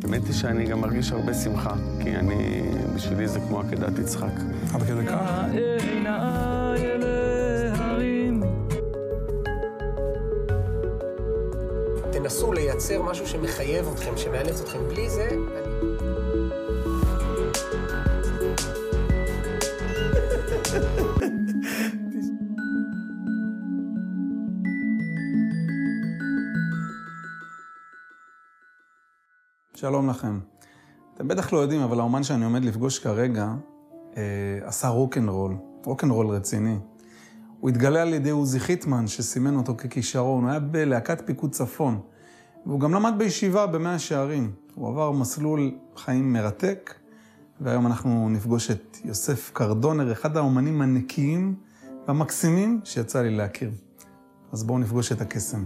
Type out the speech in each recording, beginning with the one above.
האמת היא שאני גם מרגיש הרבה שמחה, כי בשבילי זה כמו עקדת יצחק. עד כדי כך? תנסו לייצר משהו שמחייב אתכם, שמאלץ אתכם. בלי זה... שלום לכם. אתם בטח לא יודעים, אבל האומן שאני עומד לפגוש כרגע עשה רוק'נ'רול רציני. הוא התגלה על ידי עוזי חיטמן, שסימן אותו ככישרון. הוא היה בלהקת פיקוד צפון, והוא גם למד בישיבה במאה שערים. הוא עבר מסלול חיים מרתק, והיום אנחנו נפגוש את יוסף קרדונר, אחד האומנים הנקיים והמקסימים שיצא לי להכיר. אז בואו נפגוש את הקסם.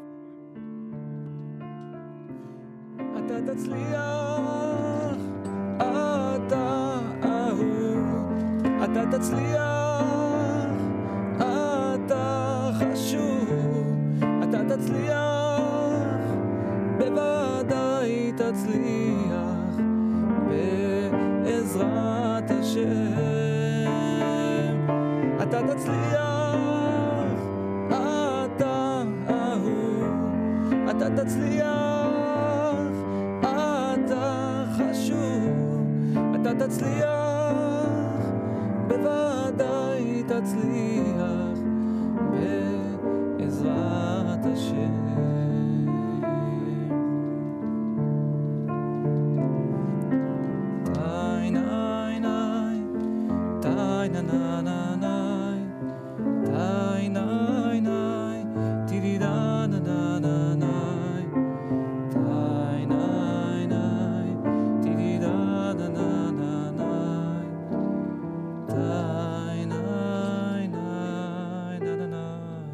אתה תצליח, אתה אהוב, אתה תצליח, אתה חשוב, אתה תצליח, בוודאי תצליח, בעזרת השם. אתה תצליח, אתה אהוב, אתה תצליח, אתה חשוב, אתה תצליח, בוודאי תצליח, בעזרת השם. טיי ניי ניי, טיי נה נה נה ניי, טיי ניי ניי, טידי דה נה נה נה ניי, טיי ניי ניי, טידי דה נה נה נה ניי, טיי ניי ניי נה נה ניי.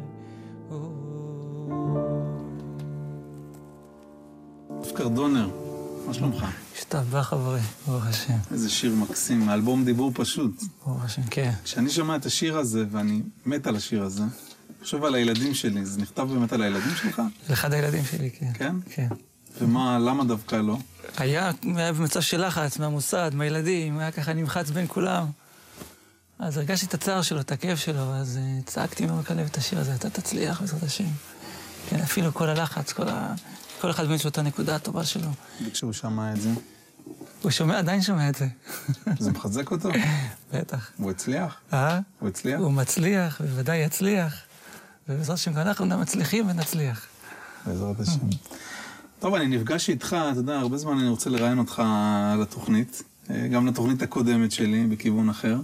יוסף קרדונר, מה שלומך? השתבח חברי, ברוך השם. איזה שיר מקסים, האלבום דיבור פשוט. ברוך השם, כן. כשאני שומע את השיר הזה, ואני מת על השיר הזה, אני חושב על הילדים שלי, זה נכתב באמת על הילדים שלך? על אחד הילדים שלי, כן. כן? כן. ומה, למה דווקא לא? היה במצב של לחץ מהמוסד, מהילדים, היה ככה נמחץ בין כולם. אז הרגשתי את הצער שלו, את הכאב שלו, אז צעקתי מעומק הלב את השיר הזה, אתה תצליח בעזרת השם. כן, אפילו כל הלחץ, כל אחד באמת שאותה נקודה הטובה שלו. וכשהוא שמע את זה? הוא שומע, עדיין שומע את זה. זה מחזק אותו? בטח. הוא הצליח? הוא הצליח? הוא מצליח, בוודאי יצליח. ובעזרת השם, אנחנו מצליחים ונצליח. בעזרת השם. טוב, אני נפגש איתך, אתה יודע, הרבה זמן אני רוצה לראיין אותך לתוכנית, גם לתוכנית הקודמת שלי, בכיוון אחר.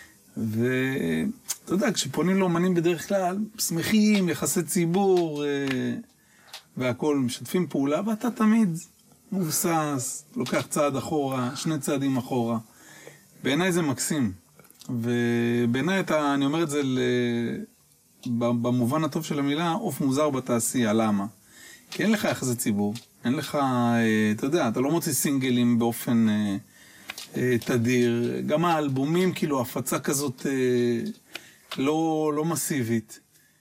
ואתה יודע, כשפונים לאומנים בדרך כלל, שמחים, יחסי ציבור, והכל, משתפים פעולה, ואתה תמיד מובסס, לוקח צעד אחורה, 2 צעדים אחורה. בעיניי זה מקסים. ובעיניי אני אומר את זה במובן הטוב של המילה, עוף מוזר בתעשייה. למה? כי אין לך יחסי ציבור, אין לך, אתה יודע, אתה לא מוציא סינגלים באופן תדיר, גם האלבומים, כאילו, הפצה כזאת לא מסיבית.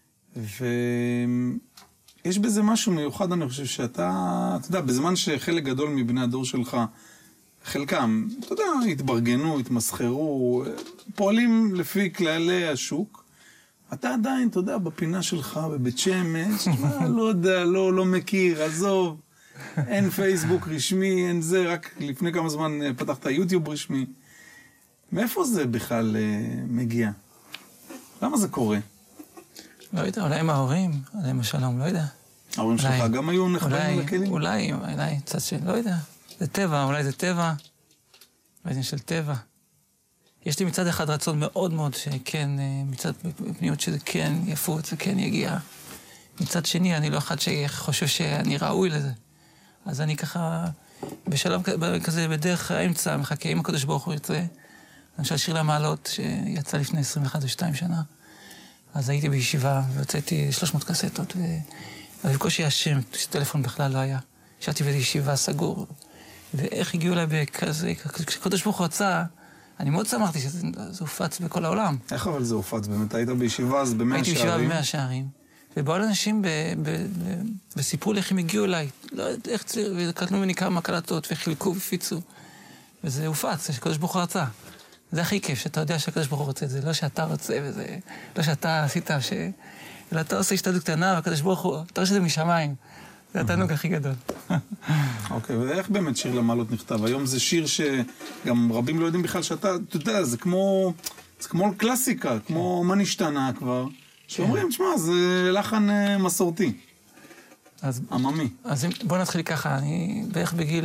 ויש בזה משהו מיוחד, אני חושב שאתה יודע, בזמן שחלק גדול מבני הדור שלך, חלקם, אתה יודע, התברגנו, התמסחרו, פועלים לפי כללי השוק, אתה עדיין, אתה יודע, בפינה שלך, בבית שמש, לא יודע, לא מכיר, עזוב, אין פייסבוק רשמי, אין זה, רק לפני כמה זמן פתחת יוטיוב רשמי. מאיפה זה בכלל מגיע? למה זה קורה? לא יודע, אולי עם ההורים, אולי עם השלום, לא יודע. ההורים שלך גם היו נחברים לכלים? אולי, קצת של, לא יודע. זה טבע, אולי זה טבע. אולי זה של טבע. יש לי מצד אחד רצון מאוד מאוד שכן, מצד פניות שזה כן יפוץ וכן יגיע. מצד שני, אני לא אחד שחושב שאני ראוי לזה. אז אני ככה, בשלב כזה, בדרך האמצע, מחכה, אם הקדוש ברוך הוא ירצה, למשל שיר למעלות, שיצא לפני 21 ו-2 שנה. אז הייתי בישיבה, והוצאתי 300 קסטות, אבל בקושי השם, טלפון בכלל לא היה. ישבתי בישיבה סגור, ואיך הגיעו אליי בכזה, כשקדוש ברוך הוא רצה, אני מאוד שמחתי שזה הופץ בכל העולם. איך אבל זה הופץ? באמת היית בישיבה אז במאה שערים? הייתי בישיבה במאה שערים, ובאו לאנשים וסיפרו לי איך הם הגיעו אליי. לא יודע איך צליח, וקטנו ממני כמה קלטות, וחילקו ופיצו. וזה הופץ, שהקדוש ברוך הוא רצה. זה הכי כיף, שאתה יודע שהקדוש ברוך הוא רוצה את זה. לא שאתה רוצה, וזה... לא שאתה עשית אלא אתה עושה השתדלות קטנה, והקדוש ברוך הוא... אתה רואה שזה משמיים. זה התענוג הכי גדול. אוקיי, ואיך באמת שיר למעלות נכתב? היום זה שיר שגם רבים לא יודעים בכלל שאתה... אתה יודע, זה כמו קלאסיקה, כמו מה נשתנה כבר. שאומרים, תשמע, זה לחן מסורתי. עממי. אז בוא נתחיל ככה, אני בערך בגיל...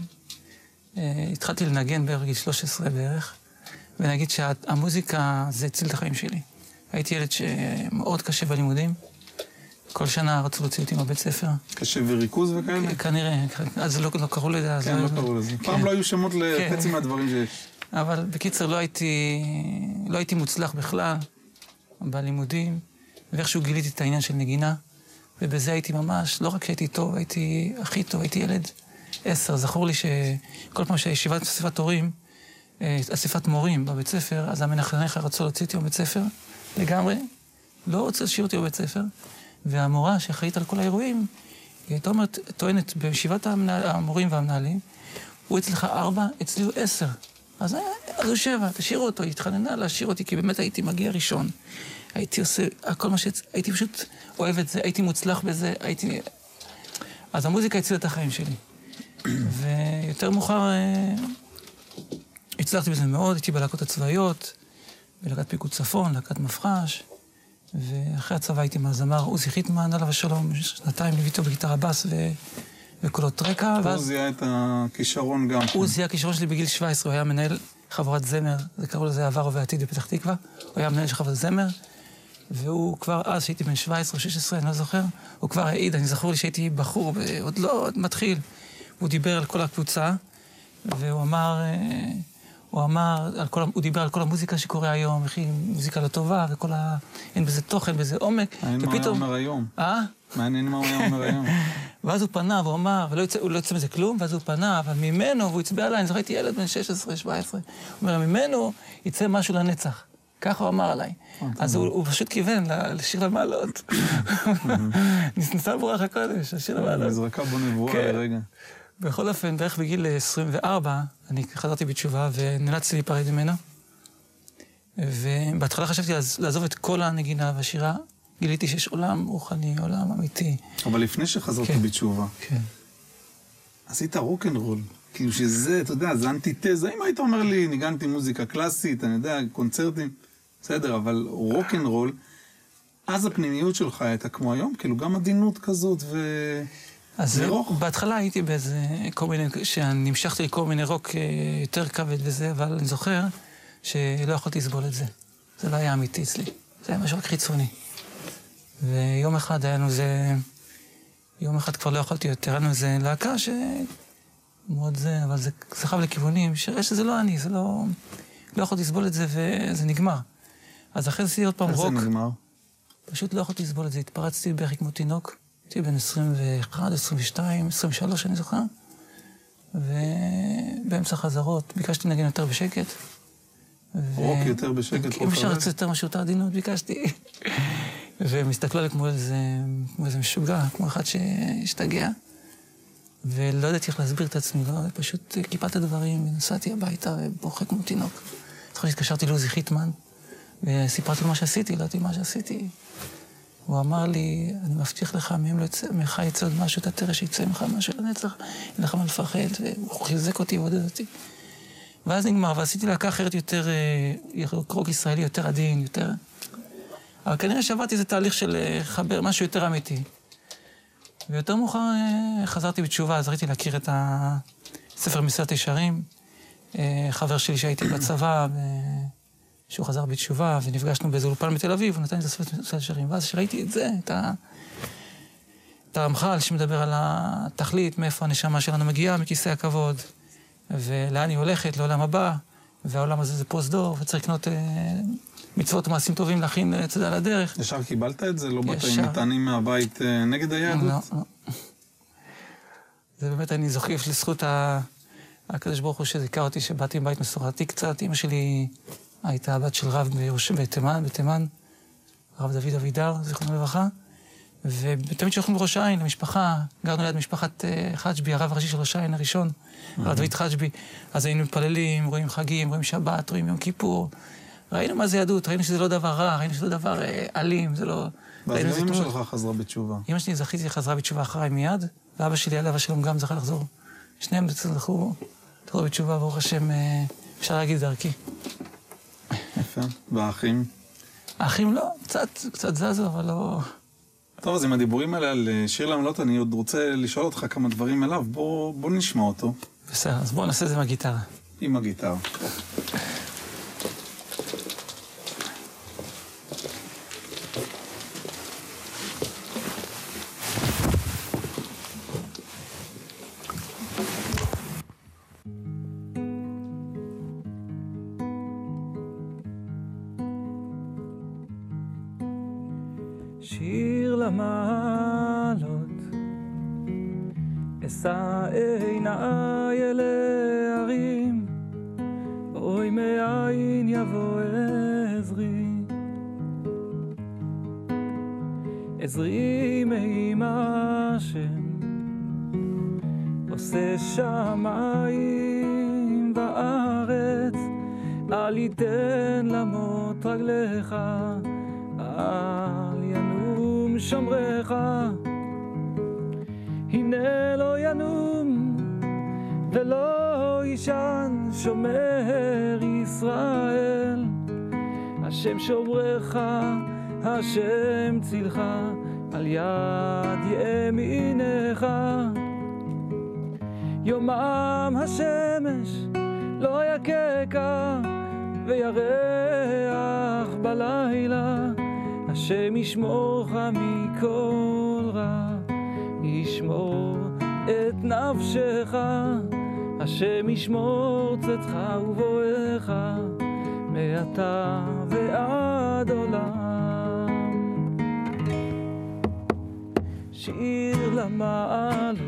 התחלתי לנגן בערך בגיל 13 בערך, ונגיד שהמוזיקה זה הציל את החיים שלי. הייתי ילד שמאוד קשה בלימודים. כל שנה רצו להוציא אותי מהבית ספר. קשה וריכוז וכאלה? כנראה, אז לא קראו לזה. כן, לא קראו לזה. פעם לא היו שמות לחצי מהדברים שיש. אבל בקיצר לא הייתי מוצלח בכלל בלימודים, ואיכשהו גיליתי את העניין של נגינה, ובזה הייתי ממש, לא רק שהייתי טוב, הייתי הכי טוב, הייתי ילד 10. זכור לי שכל פעם שהישיבת אספת הורים, אספת מורים בבית ספר, אז המנחנך רצו להוציא אותי בבית ספר לגמרי, לא רוצה להשאיר אותי בבית ספר, והמורה שאחראית על כל האירועים, היא הייתה טוענת בישיבת המורים והמנהלים, הוא אצלך 4, אצלי הוא 10. אז הוא 7, תשאירו אותו, היא התחננה להשאיר אותי, כי באמת הייתי מגיע ראשון. הייתי עושה, כל מה הייתי פשוט אוהב את זה, הייתי מוצלח בזה, אז המוזיקה הצילה את החיים שלי. ויותר מאוחר הצלחתי בזה מאוד, הייתי בלהקות הצבאיות, בלהקת פיקוד צפון, להקת מפרש, ואחרי הצבא הייתי מהזמר עוזי חיטמן, עליו השלום, 2 ליוויתו בגיטרה בס וקולות רקע. עוזי היה את הכישרון גם. עוזי היה הכישרון שלי בגיל 17, הוא היה מנהל חברת זמר, זה קראו לזה עבר ועתיד בפתח תקווה, הוא היה מנהל של חברת זמר, והוא כבר אז, שהייתי בן 17 או 16, אני לא זוכר, הוא כבר העיד, אני זכור לי שהייתי בחור, עוד לא מתחיל. הוא דיבר על כל הקבוצה, והוא אמר, הוא דיבר על כל המוזיקה שקורה היום, איך היא מוזיקה לא טובה, אין בזה תוכן, בזה עומק. מעניין מה היה אומר היום. מעניין מה היה אומר היום. ואז הוא פנה, והוא אמר, הוא לא יוצא מזה כלום, ואז הוא פנה, אבל ממנו, והוא הצביע עליי, אני זוכר, הייתי ילד בן 16, 17, הוא אומר, ממנו יצא משהו לנצח. ככה הוא אמר עליי. אז הוא פשוט כיוון לשיר למעלות. נסנסה ברוח הקודש, השיר למעלות. זרקה בו נבואה לרגע. בכל אופן, בערך בגיל 24, אני חזרתי בתשובה ונאלצתי להיפרד ממנו. ובהתחלה חשבתי לעזוב את כל הנגינה והשירה. גיליתי שיש עולם רוחני, עולם אמיתי. אבל לפני שחזרתי בתשובה, עשית רוק'נ'רול. כאילו שזה, אתה יודע, זה אנטיתזה. אם היית אומר לי, ניגנתי מוזיקה קלאסית, אני יודע, קונצרטים, בסדר, אבל רוק'נ'רול, אז הפנימיות שלך הייתה כמו היום, כאילו גם עדינות כזאת אז בהתחלה הייתי באיזה כל מיני, שנמשכתי לכל מיני רוק יותר כבד וזה, אבל אני זוכר שלא יכולתי לסבול את זה. זה לא היה אמיתי אצלי. זה היה משהו רק חיצוני. ויום אחד היה לנו זה... יום אחד כבר לא יכולתי יותר. היה לנו איזה להקה מאוד זה, אבל זה סחב לכיוונים, שראה שזה לא אני, זה לא... לא יכולתי לסבול את זה וזה נגמר. אז אחרי זה עשיתי עוד פעם רוק. איך זה נגמר? פשוט לא יכולתי לסבול את זה. התפרצתי בכי כמו תינוק. הייתי בן 21, 22, 23, אני זוכר. ובאמצע חזרות ביקשתי לנגן יותר בשקט. רוק יותר בשקט. אם אפשר לצאת יותר משהו יותר עדינות, ביקשתי. והם הסתכלו עלי כמו איזה משוגע, כמו אחד שהשתגע. ולא ידעתי איך להסביר את עצמי, לא, פשוט קיפלת דברים, ונסעתי הביתה ובוכה כמו תינוק. זוכר שהתקשרתי לעוזי חיטמן, וסיפרתי לו מה שעשיתי, ידעתי מה שעשיתי. הוא אמר לי, אני מבטיח לך, ממך יצא עוד משהו, אתה תראה שיצא ממך משהו לנצח, אין לך מה לפחד, והוא חיזק אותי ועודד אותי. ואז נגמר, ועשיתי להקה אחרת יותר, רוק ישראלי יותר עדין, יותר... אבל כנראה שעברתי איזה תהליך של חבר, משהו יותר אמיתי. ויותר מאוחר חזרתי בתשובה, אז ראיתי להכיר את הספר מסילת ישרים, חבר שלי שהייתי בצבא, שהוא חזר בתשובה, ונפגשנו באיזה אולפן בתל אביב, הוא נתן לי את הספר מסילת ישרים, ואז שראיתי את זה, את הרמח"ל שמדבר על התכלית, מאיפה הנשמה שלנו מגיעה, מכיסא הכבוד, ולאן היא הולכת, לעולם הבא, והעולם הזה זה פוסט-דור, וצריך לקנות מצוות ומעשים טובים להכין צדה לדרך. ישר קיבלת את זה? לא באת עם מטענים מהבית נגד היהדות? לא, לא. זה באמת, אני זוכר, יש לי זכות הקדוש ברוך הוא שזיכה אותי, שבאתי עם בית מסורתי קצת. אמא שלי הייתה הבת של רב בתימן, רב דוד אבידר, זיכרונו לברכה, ותמיד שהולכים לראש העין, למשפחה, גרנו ליד משפחת חג'בי, הרב הראשי של ראש העין הראשון, הרב דוד חג'בי, אז היינו מתפללים, רואים חגים, רואים שבת, רואים יום כיפור, ראינו מה זה יהדות, ראינו שזה לא דבר רע, ראינו שזה לא דבר אלים, זה לא... ואז גם אמא שלך חזרה בתשובה. אמא שלי זכיתי חזרה בתשובה אחריי מיד, ואבא שלי עליו השלום גם זכה לחזור. שניהם זכו בתשובה, ברוך השם, אפשר להגיד דרכי. יפה. והאחים? האחים לא, קצת זזו, אבל לא... טוב, אז עם הדיבורים האלה על שיר לעמלות, אני עוד רוצה לשאול אותך כמה דברים אליו. בוא נשמע אותו. בסדר, אז בואו נעשה את זה עם הגיטרה. עם הגיטרה. שיר למעלות, אשא עיניי אל ההרים, אוי מאין יבוא עזרי. עזרי מעם השם, עושה שמיים וארץ, אל ייתן למות רגליך, אל ינום שומרך. הנה לא ינום ולא ישן שומר ישראל, השם שומרך, השם צילך, על יד ימינך. יומם השמש לא יקקה, וירח בלילה, השם ישמורך מכל רע, ישמור את נפשך, השם ישמור צאתך ובואך, מעתה ועד עולם. שיר למעלות,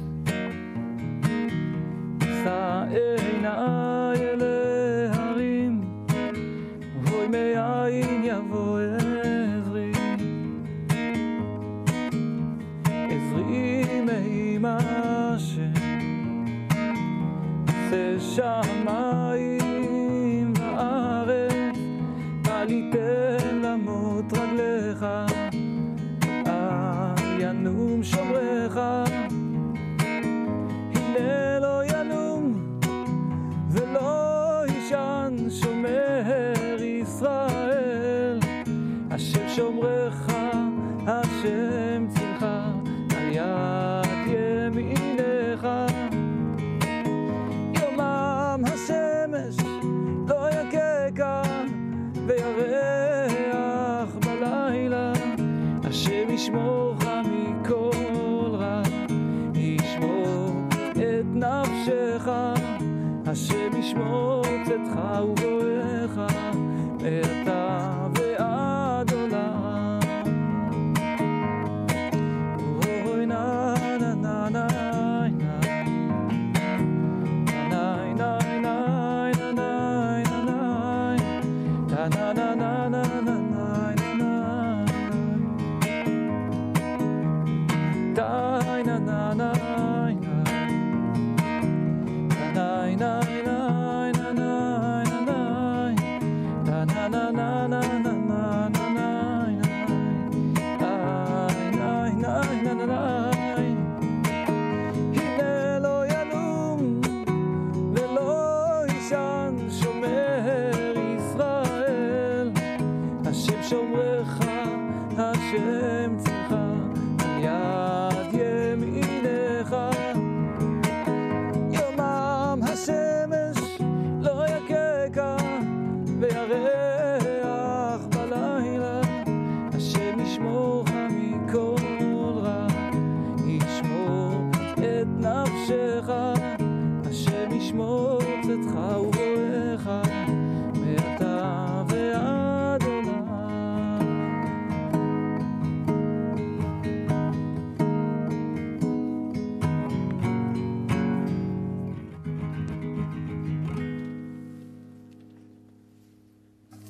אשא עיניי אל ההרים, אוי מאין יבוא עזרי. עזרי מעם השם, עושה שמיים וארץ, אל ייתן למות רגליך, אל ינום שומרך. הנה לא ינום ולא ישן שומר ישראל, השם שומרך, השם צילך, על יד ימינך. יומם השמש לא יקקה, וירח בלילה, השם ישמורך מכל רע, ישמור את נפשך, השם ישמור צאתך ובואך, מעתה ועד עולם. אוי נה נה נה נה נה נה נה נה נה נה נה נה. Na na na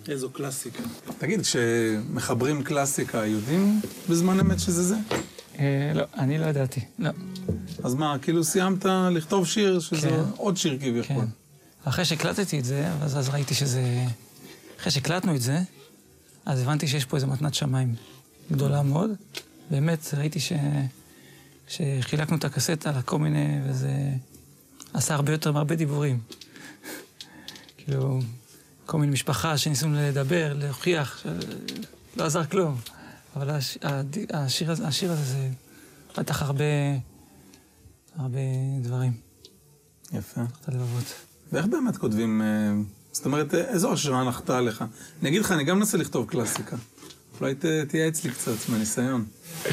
איזו קלאסיקה. תגיד, כשמחברים קלאסיקה, יודעים בזמן אמת שזה זה? לא, אני לא ידעתי, לא. אז מה, כאילו סיימת לכתוב שיר, שזה כן. עוד שיר כביכול. כן. אחרי שהקלטתי את זה, אז ראיתי שזה... אחרי שהקלטנו את זה, אז הבנתי שיש פה איזו מתנת שמיים גדולה מאוד. באמת, ראיתי שחילקנו את הקסטה לכל מיני, וזה עשה הרבה יותר מהרבה דיבורים. כאילו, כל מיני משפחה שניסו לדבר, להוכיח, לא עזר כלום. אבל השיר הזה זה פתח הרבה דברים. יפה. את הלבבות. ואיך באמת כותבים, זאת אומרת, איזו השראה נחתה עליך? אני אגיד לך, אני גם מנסה לכתוב קלאסיקה. אולי תהיה אצלי קצת מהניסיון.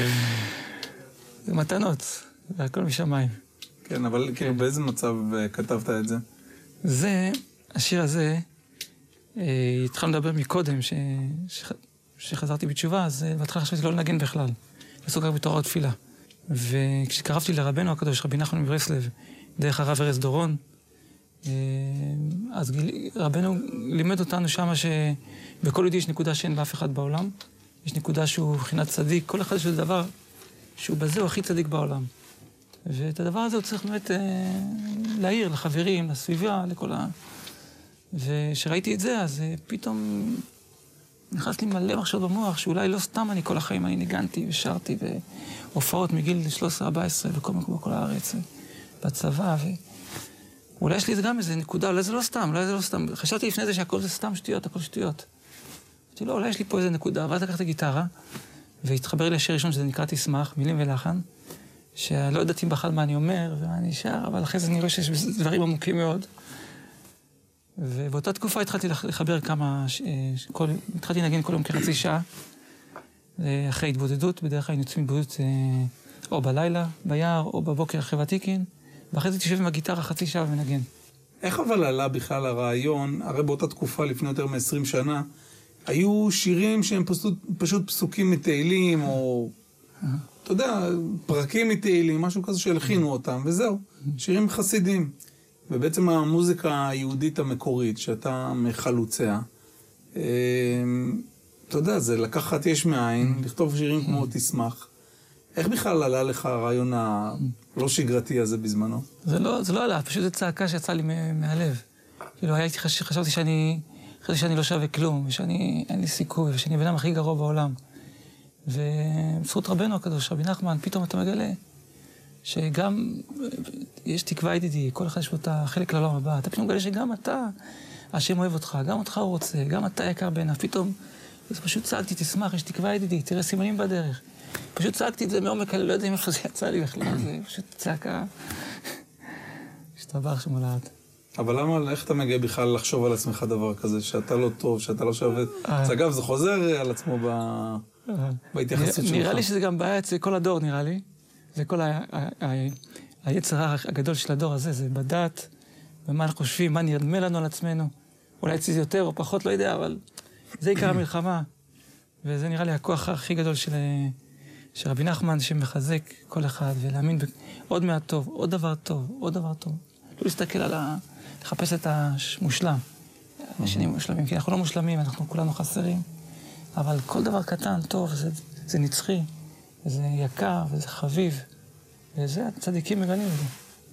זה מתנות, זה הכל משמיים. כן, אבל כאילו באיזה מצב כתבת את זה? זה, השיר הזה, התחלנו לדבר מקודם, שחזרתי בתשובה, אז בהתחלה חשבתי לא לנגן בכלל. לעסוק רק בתורה ותפילה. וכשקרבתי לרבנו הקדוש, רבי נחמן מברסלב, דרך הרב ארז דורון, אז רבנו לימד אותנו שמה שבכל יהודי יש נקודה שאין באף אחד בעולם. יש נקודה שהוא מבחינת צדיק, כל אחד יש לו דבר שהוא בזה הוא הכי צדיק בעולם. ואת הדבר הזה הוא צריך באמת להעיר לחברים, לסביבה, לכל ה... וכשראיתי את זה, אז פתאום נכנס לי מלא מחשבות במוח, שאולי לא סתם אני כל החיים, אני ניגנתי ושרתי בהופעות מגיל 13-14 בכל מקום בכל הארץ, בצבא, אולי יש לי גם איזה נקודה, אולי זה לא סתם. חשבתי לפני זה שהכל זה סתם שטויות, הכל שטויות. אמרתי, לא, אולי יש לי פה איזה נקודה, ואז לקחתי גיטרה, והתחבר לי לשיר ראשון שזה נקרא תשמח, מילים ולחן, שלא ידעתי בכלל מה אני אומר ומה אני שר, אבל אחרי זה אני רואה שיש דברים עמוקים מאוד. ובאותה תקופה התחלתי לחבר התחלתי לנגן כל יום כחצי שעה, אחרי התבודדות, בדרך כלל יוצאים התבודדות או בלילה, ביער, או בבוקר אחרי ותיקין, ואחרי זה תשב עם הגיטרה חצי שעה ונגן. איך אבל עלה בכלל הרעיון, הרי באותה תקופה לפני יותר מ-20 שנה, היו שירים שהם פשוט פסוקים מתהילים, או, אתה יודע, פרקים מתהילים, משהו כזה שהלחינו אותם, וזהו, שירים חסידים. ובעצם המוזיקה היהודית המקורית, שאתה מחלוציה, אתה יודע, זה לקחת יש מאין, לכתוב שירים כמו תשמח. איך בכלל עלה לך הרעיון הלא שגרתי הזה בזמנו? זה לא עלה, פשוט זו צעקה שיצאה לי מהלב. כאילו, חשבתי שאני לא שווה כלום, ושאני אין לי סיכוי, ושאני הבן אדם הכי גרוע בעולם. ובזכות רבנו הקדוש, רבי נחמן, פתאום אתה מגלה שגם יש תקווה ידידי, כל אחד יש לו את החלק לעולם הבא. אתה פתאום מגלה שגם אתה, השם אוהב אותך, גם אותך הוא רוצה, גם אתה יקר בעיניו. פתאום, אז פשוט צעקתי, תשמח, יש תקווה ידידי, תראה סימנים בדרך. פשוט צעקתי את זה מעומק, לא יודעים איפה זה יצא לי בכלל, זה פשוט צעקה. השתבח שמולעת. אבל למה, איך אתה מגיע בכלל לחשוב על עצמך דבר כזה, שאתה לא טוב, שאתה לא שווה? אז אגב, זה חוזר על עצמו בהתייחסות שלך. נראה לי שזה גם בעיה אצל כל הדור, נראה לי. זה כל היצר הגדול של הדור הזה, זה בדעת, ומה אנחנו חושבים, מה נרדמה לנו על עצמנו. אולי אצלי יותר או פחות, לא יודע, אבל זה עיקר המלחמה. וזה נראה לי הכוח הכי גדול של רבי נחמן, שמחזק כל אחד, ולהאמין בעוד מעט טוב, עוד דבר טוב, עוד דבר טוב. לא להסתכל לחפש את המושלם. השני מושלמים, כי אנחנו לא מושלמים, אנחנו כולנו חסרים. אבל כל דבר קטן, טוב, זה נצחי, וזה יקר, וזה חביב. וזה, הצדיקים מגנים את זה.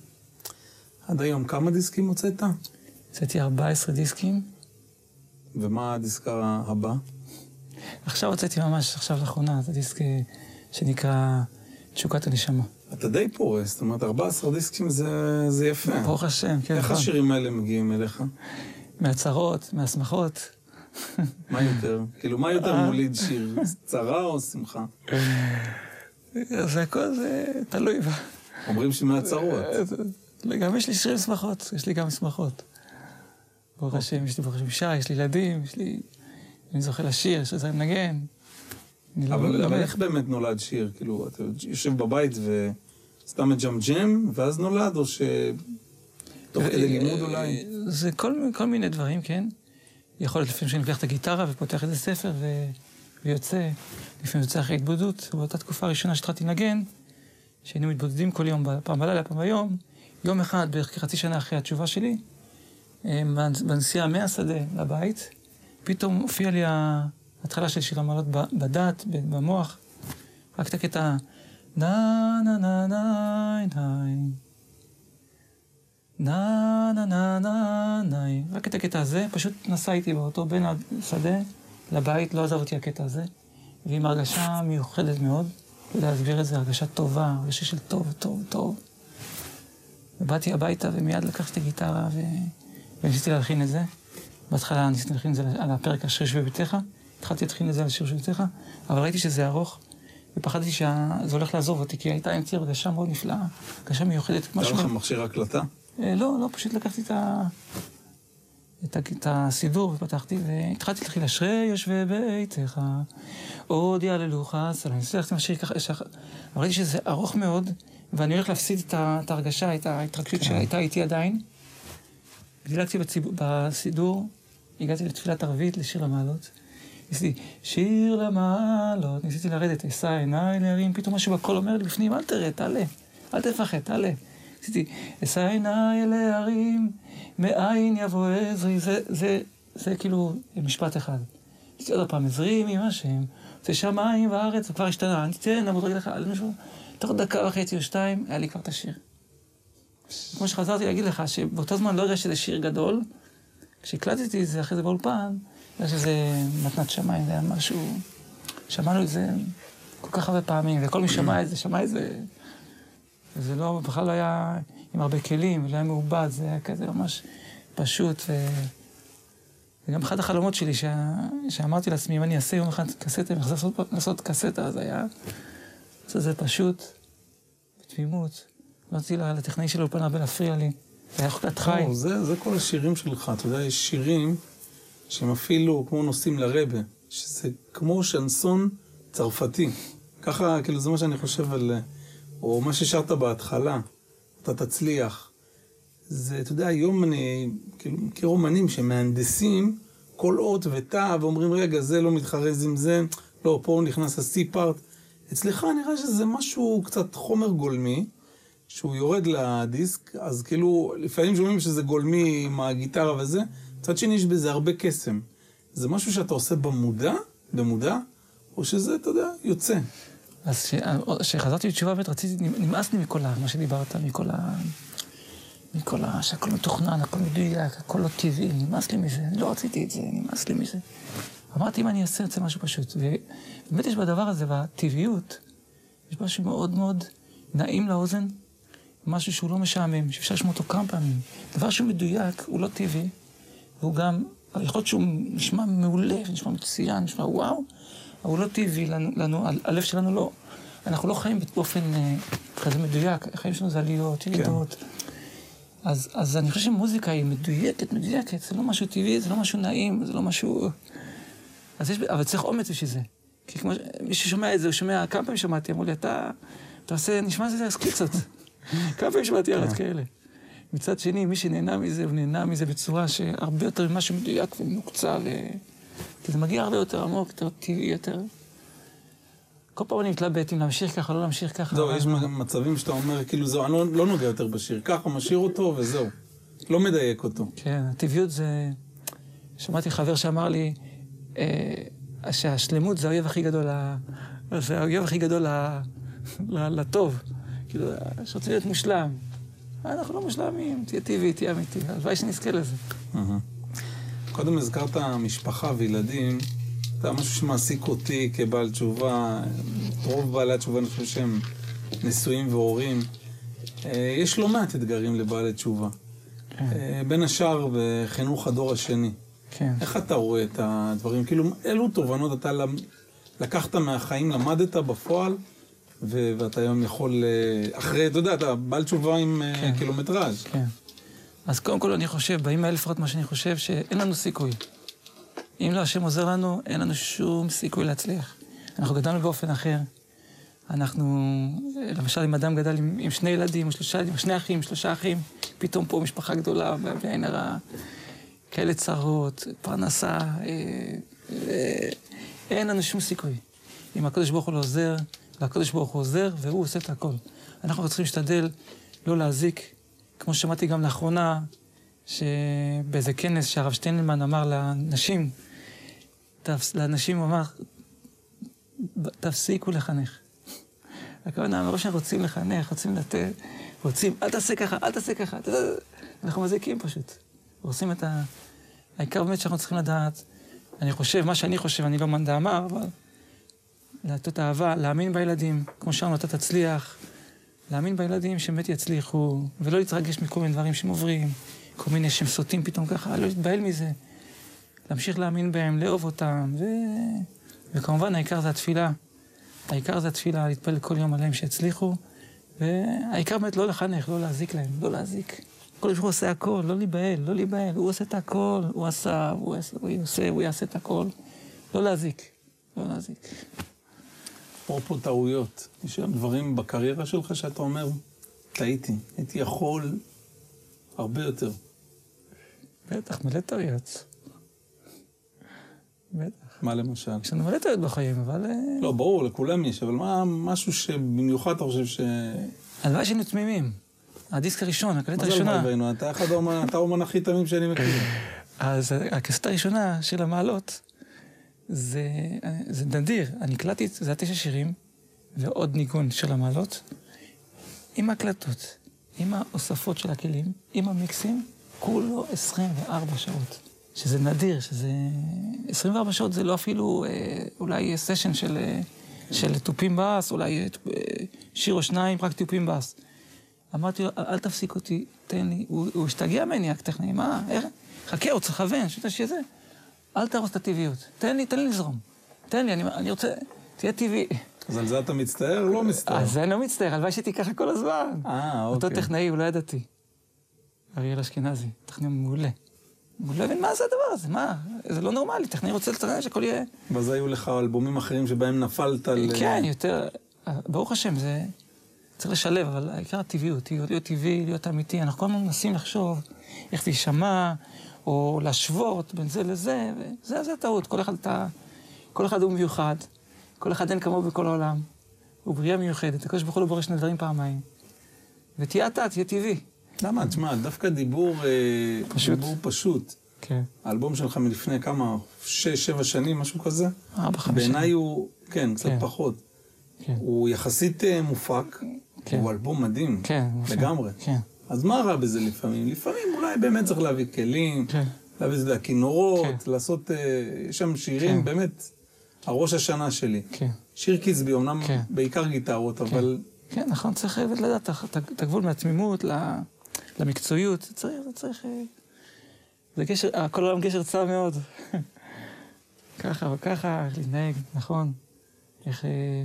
עד היום, כמה דיסקים הוצאת? הוצאתי 14 דיסקים. ומה הדיסק הבא? עכשיו הוצאתי ממש, עכשיו לאחרונה, זה דיסק שנקרא תשוקת הנשמה. אתה די פורס, זאת אומרת, 14 דיסקים זה יפה. ברוך השם, כן. איך השירים האלה מגיעים אליך? מהצרות, מהשמחות. מה יותר? כאילו, מה יותר מוליד שיר? צרה או שמחה? זה הכל, זה תלוי בה. אומרים שמהצרות. גם יש לי שירים שמחות, יש לי גם שמחות. ברוך השם, יש לי ברוך השם אישה, יש לי ילדים, יש לי... אני זוכה לשיר, יש לזה מנגן. אבל איך באמת נולד שיר? כאילו, אתה יושב בבית וסתם מג'ם, ואז נולד, או שתוך כדי לימוד אולי? זה כל מיני דברים, כן. יכול להיות לפעמים שאני לוקח את הגיטרה ופותח איזה ספר ויוצא, לפעמים יוצא אחרי התבודדות. באותה תקופה הראשונה שהתחלתי לנגן, שהיינו מתבודדים כל יום, פעם בלילה, פעם ביום, יום אחד, בערך כחצי שנה אחרי התשובה שלי, בנסיעה מהשדה לבית, פתאום הופיע לי ההתחלה של שיר המעלות בדעת, במוח, רק את הקטע, נה נה נה נה נה נה נה נה נה נה, רק את הקטע הזה, פשוט נסע איתי באותו בין השדה לבית, לא עזב אותי הקטע הזה, ועם הרגשה מיוחדת מאוד, להסביר את זה, הרגשה טובה, הרגשה של טוב, טוב, טוב. ובאתי הביתה ומיד לקחתי את הגיטרה וניסיתי להלחין את זה. בהתחלה ניסיתי להלחין את זה על הפרק השיר שבביתך, התחלתי להלחין את זה על השיר שבביתך, אבל ראיתי שזה ארוך, ופחדתי שזה הולך לעזוב אותי, כי הייתה אמצעי הרגשה מאוד נפלאה, הרגשה מיוחדת. היה לך מכשיר הקלטה? לא, פשוט לקחתי את הסידור ופתחתי, והתחלתי להתחיל אשרי יושבי ביתך, עוד יעללוך סלם. ניסיתי להלחין השיר ככה, אבל ראיתי שזה ארוך מאוד, ואני הולך להפסיד את ההרגשה, את ההתרגשות שהייתה איתי עדיין. דילגתי בסידור, הגעתי לתפילת ערבית, לשיר למעלות. ניסיתי, שיר למעלות, ניסיתי לרדת, אשא עיניי להרים, פתאום משהו בקול אומר לי בפנים, אל תרד, תעלה, אל תפחד, תעלה. ניסיתי, אשא עיניי להרים, מאין יבוא עזרי, זה כאילו משפט אחד. ניסיתי עוד פעם, עזרי עם השם, זה שמיים וארץ, זה כבר השתנה, אני תן, נעמוד רגע לך, על משהו, תוך דקה וחצי או שתיים, היה לי כבר את השיר. כמו שחזרתי להגיד לך, שבאותו זמן לא הרגשתי שזה שיר גדול, כשהקלטתי את זה אחרי זה באולפן, הרגשתי שזה מתנת שמיים, זה היה משהו, שמענו את זה כל כך הרבה פעמים, וכל מי שמע את זה, וזה לא, בכלל לא היה עם הרבה כלים, ולא היה מעובד, זה היה כזה ממש פשוט, וגם אחד החלומות שלי, שאמרתי לעצמי, אם אני אעשה יום אחד קסטה, אני אחזור לעשות קסטה, אז היה, זה פשוט, בתמימות. לא רציתי לטכנאי של האולפן הרבה להפריע לי. זה היה חוקת חי. זה כל השירים שלך. אתה יודע, יש שירים שהם אפילו כמו נושאים לרבה, שזה כמו שנסון צרפתי. ככה, כאילו, זה מה שאני חושב על... או מה ששרת בהתחלה, אתה תצליח. זה, אתה יודע, היום אני כאילו מכיר אומנים שמהנדסים כל אות ותא, ואומרים, רגע, זה לא מתחרז עם זה, לא, פה נכנס הסי-פארט. אצלך נראה שזה משהו קצת חומר גולמי, שהוא יורד לדיסק, אז כאילו, לפעמים שומעים שזה גולמי עם הגיטרה וזה, מצד שני יש בזה הרבה קסם. זה משהו שאתה עושה במודע, או שזה, אתה יודע, יוצא. אז כשחזרתי בתשובה בית, רציתי, נמאס לי מכל מה שדיברת, מכל שהכל מתוכנן, הכל מדויק, הכל לא טבעי, נמאס לי מזה, לא רציתי את זה, נמאס לי מזה. אמרתי, אם אני אעשה משהו פשוט, ובאמת יש בדבר הזה, בטבעיות, יש משהו מאוד מאוד נעים לאוזן, משהו שהוא לא משעמם, שאפשר לשמוע אותו כמה פעמים. דבר שהוא מדויק, הוא לא טבעי, והוא גם, יכול להיות שהוא נשמע מעולה, נשמע מצוין, נשמע וואו, אבל הוא לא טבעי לנו, הלב שלנו לא, אנחנו לא חיים באופן כזה מדויק, החיים שלנו זה עליות, ירידות. אז אני חושב שמוזיקה היא מדויקת, זה לא משהו טבעי, זה לא משהו נעים, זה לא משהו... אבל צריך אומץ בשביל זה. כי כמו מי ששומע את זה, הוא שומע, כמה פעמים שמעתי, אמרו לי, אתה עושה, נשמע זה סקיצות. כמה פעמים שמעתי ארץ כאלה. מצד שני, מי שנהנה מזה, הוא נהנה מזה בצורה שהרבה יותר משהו מדויק ומוקצה, כי זה מגיע הרבה יותר עמוק, יותר טבעי, יותר... כל פעם אני מתלבט אם להמשיך ככה, לא להמשיך ככה. זהו, יש מצבים שאתה אומר, כאילו זהו, אני לא נוגע יותר בשיר, ככה משאיר אותו וזהו. לא מדייק אותו. כן, הטבעיות זה... שמעתי חבר שאמר לי, שהשלמות זה האויב הכי גדול, זה האויב הכי גדול לטוב. כאילו, שרוצים להיות מושלם. אנחנו לא מושלמים, תהיה טבעי, תהיה אמיתי. הלוואי שנזכה לזה. קודם הזכרת משפחה וילדים, זה משהו שמעסיק אותי כבעל תשובה, רוב בעלי התשובה אני חושב שהם נשואים והורים. יש לא מעט אתגרים לבעלי תשובה. בין השאר בחינוך הדור השני. כן. איך אתה רואה את הדברים? כאילו, אילו תובנות אתה לקחת מהחיים, למדת בפועל, ואתה היום יכול, אחרי, אתה יודע, אתה בעל תשובה עם קילומטראז'. כן. אז קודם כל אני חושב, באים לפחות מה שאני חושב, שאין לנו סיכוי. אם לא השם עוזר לנו, אין לנו שום סיכוי להצליח. אנחנו גדלנו באופן אחר. אנחנו, למשל, אם אדם גדל עם שני ילדים, או שני אחים, 3 אחים, פתאום פה משפחה גדולה, בעין הרע, כאלה צרות, פרנסה, אין לנו שום סיכוי. אם הקדוש ברוך הוא לא עוזר, והקדוש ברוך הוא עוזר, והוא עושה את הכל. אנחנו צריכים להשתדל לא להזיק, כמו ששמעתי גם לאחרונה, שבאיזה כנס שהרב שטיינלמן אמר לנשים, לאנשים הוא אמר, תפסיקו לחנך. הכוונה, מראש אנחנו רוצים לחנך, רוצים לתת, רוצים, אל תעשה ככה, אל תעשה ככה. אנחנו מזיקים פשוט. רוצים את העיקר באמת שאנחנו צריכים לדעת, אני חושב, מה שאני חושב, אני לא מאן דאמר, אבל לתת אהבה, להאמין בילדים, כמו שאמרנו, אתה תצליח, להאמין בילדים שבאמת יצליחו, ולא להתרגש מכל מיני דברים שהם עוברים, כל מיני שהם סוטים פתאום ככה, לא להתבהל מזה. להמשיך להאמין בהם, לאהוב אותם, וכמובן העיקר זה התפילה. העיקר זה התפילה, להתפלל כל יום עליהם שיצליחו, והעיקר באמת לא לחנך, לא להזיק להם, לא להזיק. כל שהוא עושה הכל, לא להיבהל, לא להיבהל, הוא עושה את הכל, הוא עשה, הוא עושה, הוא יעשה את הכל. לא להזיק, לא להזיק. אפרופו טעויות, יש שם דברים בקריירה שלך שאתה אומר, טעיתי, הייתי יכול הרבה יותר. בטח, מלא טעויות. בטח. מה למשל? יש לנו מלא טעויות בחיים, אבל... לא, ברור, לכולם יש, אבל מה משהו שבמיוחד אתה חושב ש... הלוואי שהיינו תמימים. הדיסק הראשון, הקלטת הראשונה. מה זה הלוואי? אתה האומן הכי תמים שאני מכיר. אז הקלטת הראשונה של המעלות, זה נדיר. אני הקלטתי, זה 9 שירים, ועוד ניגון של המעלות, עם ההקלטות, עם האוספות של הכלים, עם המיקסים, כולו 24 שעות. שזה נדיר, שזה... 24 שעות זה לא אפילו אולי סשן של טופים באס, אולי שיר או שניים, רק טופים באס. אמרתי לו, אל תפסיק אותי, תן לי, הוא השתגע מניאק טכני, מה, איך? חכה, הוא צריך לכוון, שזה, אל תהרוס את הטבעיות, תן לי לזרום, תן לי, אני רוצה, תהיה טבעי. אז על זה אתה מצטער או לא מצטער? אז אני לא מצטער, הלוואי שהייתי ככה כל הזמן. אוקיי. אותו טכנאי, הוא לא ידעתי. אריאל אשכנזי, טכנאי מעולה. הוא לא הבין מה זה הדבר הזה, מה? זה לא נורמלי, טכנאי רוצה לטכנאי שהכל יהיה... ואז היו לך אלבומים אחרים שבהם נפלת על... כן, יותר... ברוך השם, זה... צריך לשלב, אבל העיקר הטבעיות, להיות טבעי, להיות אמיתי. אנחנו כל הזמן מנסים לחשוב איך זה יישמע, או להשוות בין זה לזה, וזה הטעות. כל אחד הוא מיוחד, כל אחד אין כמוהו בכל העולם. הוא בריאה מיוחדת, הקדוש ברוך הוא לא בורא שני דברים פעמיים. ותהיה אתה, תהיה טבעי. למה? תשמע, דווקא דיבור פשוט. כן. האלבום שלך מלפני כמה, 6-7 שנים, משהו כזה? 4-5 שנים. בעיניי הוא, כן, קצת פחות. כן. הוא יחסית מופק, הוא אלבום מדהים, לגמרי. כן. אז מה רע בזה לפעמים? לפעמים אולי באמת צריך להביא כלים, להביא את זה לכינורות, לעשות, יש שם שירים, באמת, הראש השנה שלי. שיר קצבי, אמנם בעיקר גיטרות, אבל... כן, נכון, צריך לדעת את הגבול מהתמימות למקצועיות, זה צריך... זה גשר, כל העולם גשר צר מאוד. ככה וככה, להתנהג, נכון. איך...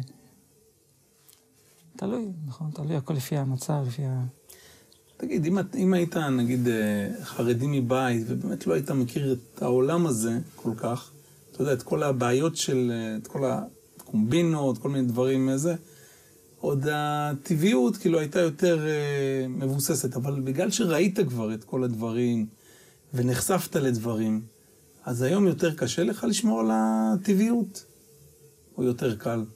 תלוי, נכון, תלוי, הכל לפי המצב, לפי ה... תגיד, אם היית, נגיד, חרדי מבית, ובאמת לא היית מכיר את העולם הזה כל כך, אתה יודע, את כל הבעיות של, את כל הקומבינות, כל מיני דברים מזה, עוד הטבעיות כאילו הייתה יותר מבוססת, אבל בגלל שראית כבר את כל הדברים, ונחשפת לדברים, אז היום יותר קשה לך לשמור על הטבעיות, או יותר קל?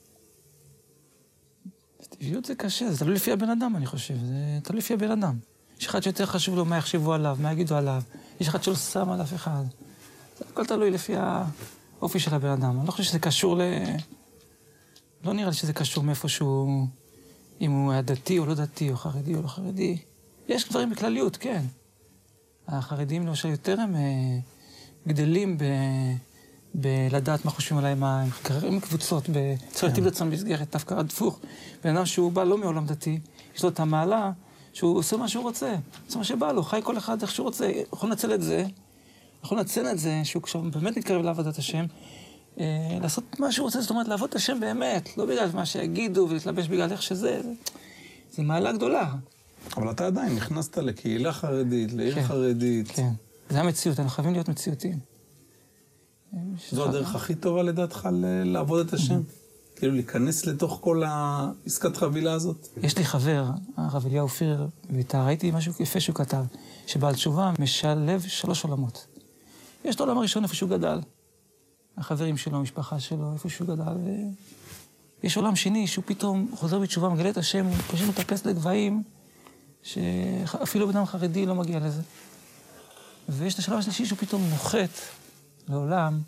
טבעיות זה קשה, זה תלוי לפי הבן אדם, אני חושב, זה תלוי לפי הבן אדם. יש אחד שיותר חשוב לו מה יחשבו עליו, מה יגידו עליו, יש אחד שלא שם על אף אחד. זה הכל תלוי לפי האופי של הבן אדם. אני לא חושב שזה קשור לא נראה לי שזה קשור מאיפשהו, אם הוא היה דתי או לא דתי, או חרדי או לא חרדי. יש דברים בכלליות, כן. החרדים למשל יותר הם גדלים בלדעת מה חושבים עליהם, הם קררים קבוצות, צריכים לעצמם במסגרת, דווקא הדפוך. בן אדם שהוא בא לא מעולם דתי, יש לו את המעלה שהוא עושה מה שהוא רוצה, עושה מה שבא לו, חי כל אחד איך שהוא רוצה, יכול לנצל את זה, שהוא עכשיו באמת מתקרב לעבודת השם, לעשות מה שהוא רוצה, זאת אומרת, לעבוד את השם באמת, לא בגלל מה שיגידו ולהתלבש בגלל איך שזה, זה מעלה גדולה. אבל אתה עדיין נכנסת לקהילה חרדית, לעיר חרדית. כן, זה המציאות, אנחנו חייבים להיות מציאותיים. זו הדרך הכי טובה לדעתך לעבוד את השם? כאילו להיכנס לתוך כל העסקת חבילה הזאת? יש לי חבר, הרב אליהו פירר, ראיתי משהו יפה שהוא כתב, שבעל תשובה משלב 3 עולמות. יש את העולם הראשון איפה שהוא גדל, החברים שלו, המשפחה שלו, איפה שהוא גדל, ויש עולם שני שהוא פתאום חוזר בתשובה, מגלה את השם, הוא פשוט מטפס לגבהים, שאפילו בן אדם חרדי לא מגיע לזה. ויש את השלב השלישי שהוא פתאום נוחת לעולם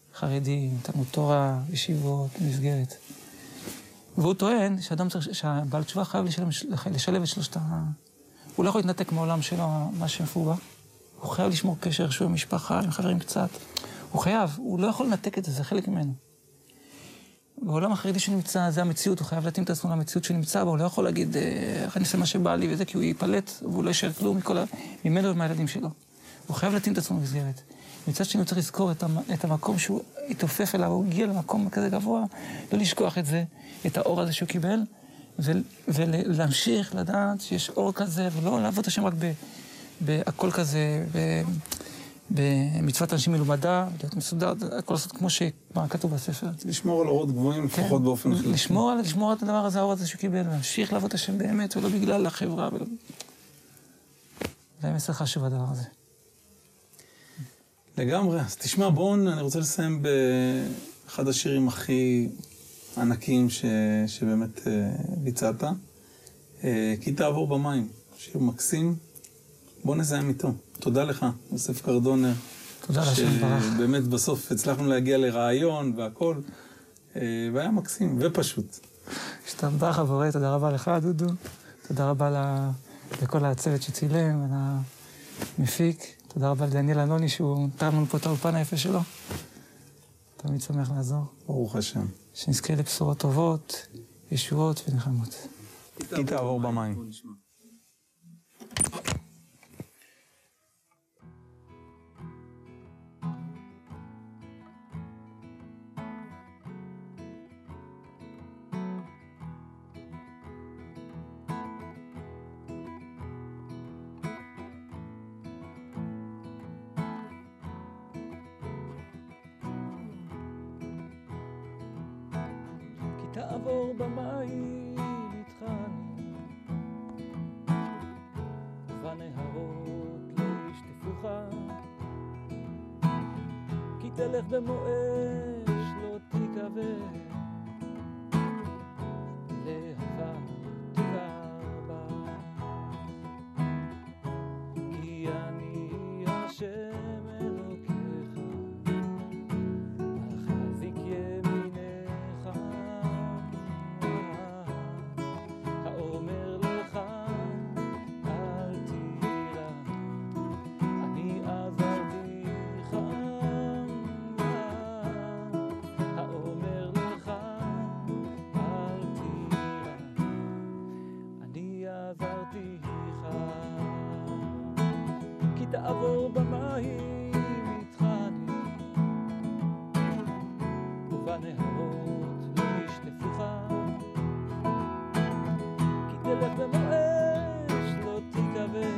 חרדים, תלמוד תורה, ישיבות, מסגרת. והוא טוען שהבעל תשובה חייב לשלב את שלושת הוא לא יכול להתנתק מהעולם שלו, מה שמפורבה. הוא חייב לשמור קשר איכשהו עם משפחה, עם חברים קצת. הוא חייב, הוא לא יכול לנתק את זה, זה חלק ממנו. בעולם החרדי שנמצא, זה המציאות, הוא חייב להתאים את עצמו למציאות שנמצא בה, הוא לא יכול להגיד, אני אעשה מה שבא לי וזה, כי הוא ייפלט, והוא לא יישאר כלום ממנו ומהילדים שלו. הוא חייב להתאים את עצמו במסגרת. מצד שני הוא צריך לזכור את המקום שהוא התעופף אליו, הוא הגיע למקום כזה גבוה, לא לשכוח את זה, את האור הזה שהוא קיבל, ולהמשיך לדעת שיש אור כזה, ולא לעבוד השם רק בהכל כזה, במצוות אנשים מלומדה, להיות מסודר, הכל לעשות כמו שכתוב בספר. לשמור על אורות גבוהים לפחות באופן חלקי. לשמור על הדבר הזה, האור הזה שהוא קיבל, להמשיך לעבוד השם באמת, ולא בגלל החברה. זה מסר חשוב הדבר הזה. לגמרי. אז תשמע, אני רוצה לסיים באחד השירים הכי ענקים שבאמת ביצעת. כי תעבור במים. שיר מקסים. בוא נסיים איתו. תודה לך, יוסף קרדונר. תודה לשם ברח. שבאמת בסוף הצלחנו להגיע לרעיון והכל. והיה מקסים ופשוט. השתמבח עבורי, תודה רבה לך, דודו. תודה רבה לכל הצוות שצילם ולמפיק. תודה רבה לדניאל אנוני שהוא תרם לנו פה את האולפן היפה שלו. תמיד שמח לעזור. ברוך השם. שנזכה לבשורות טובות, ישועות ונחמות. כי תעבור במים. תעבור במים איתך אני, והנהרות לא ישטפוך, כי תלך במו אש לא תיכווה, להבה תרבה, כי אני השם אלוקיך, החזיק ימינך, האומר לך אל תירא, אני עזרתיך, האומר לך אל תירא, אני עזרתיך, כי תעבור במים איתך אני, ובנהרות לא ישטפוך, תלך במו אש לא תיכווה,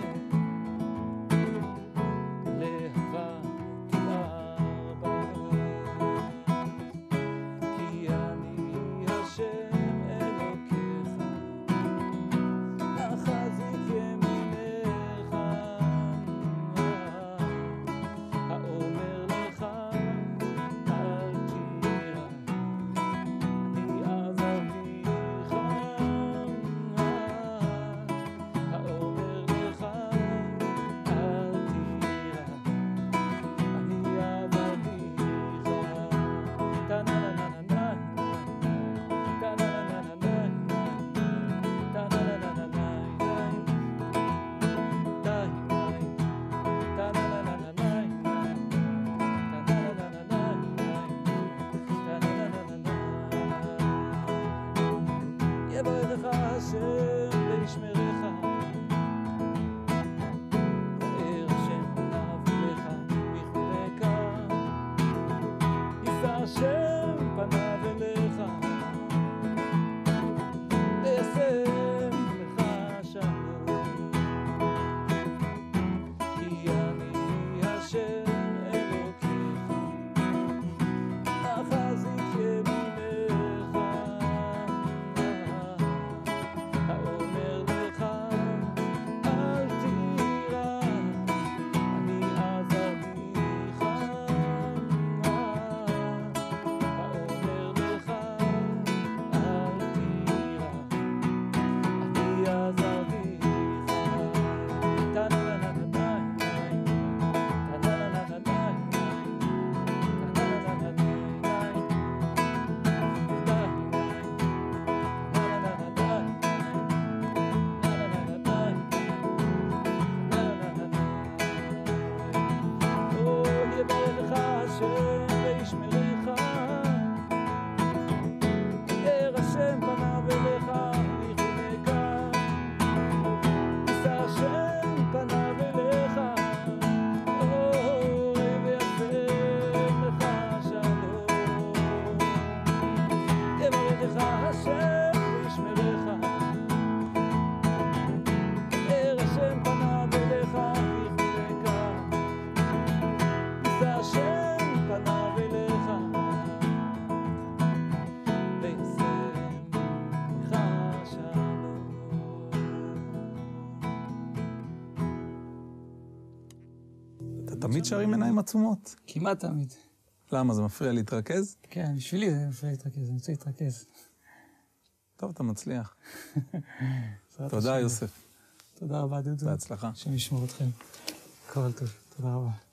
להבה תרבה, כי אני השם אלוקיך, החזיק ימינך, השם וישמרך, יאר השם פניו אליך ויחונקה, יישא השם פניו אליך ויעשה לך שלום. יברכך השם וישמרך, יאר השם פניו אליך ויחונקה, יישא השם פניו אליך ויעשה לך שלום. אתה תמיד שר עם עיניים עצומות. כמעט תמיד. למה? זה מפריע להתרכז? כן, בשבילי זה מפריע להתרכז, אני רוצה להתרכז. טוב, אתה מצליח. בעזרת תודה, השם. יוסף. תודה רבה, דודו. בהצלחה. השם ישמור אתכם. כל טוב. תודה רבה.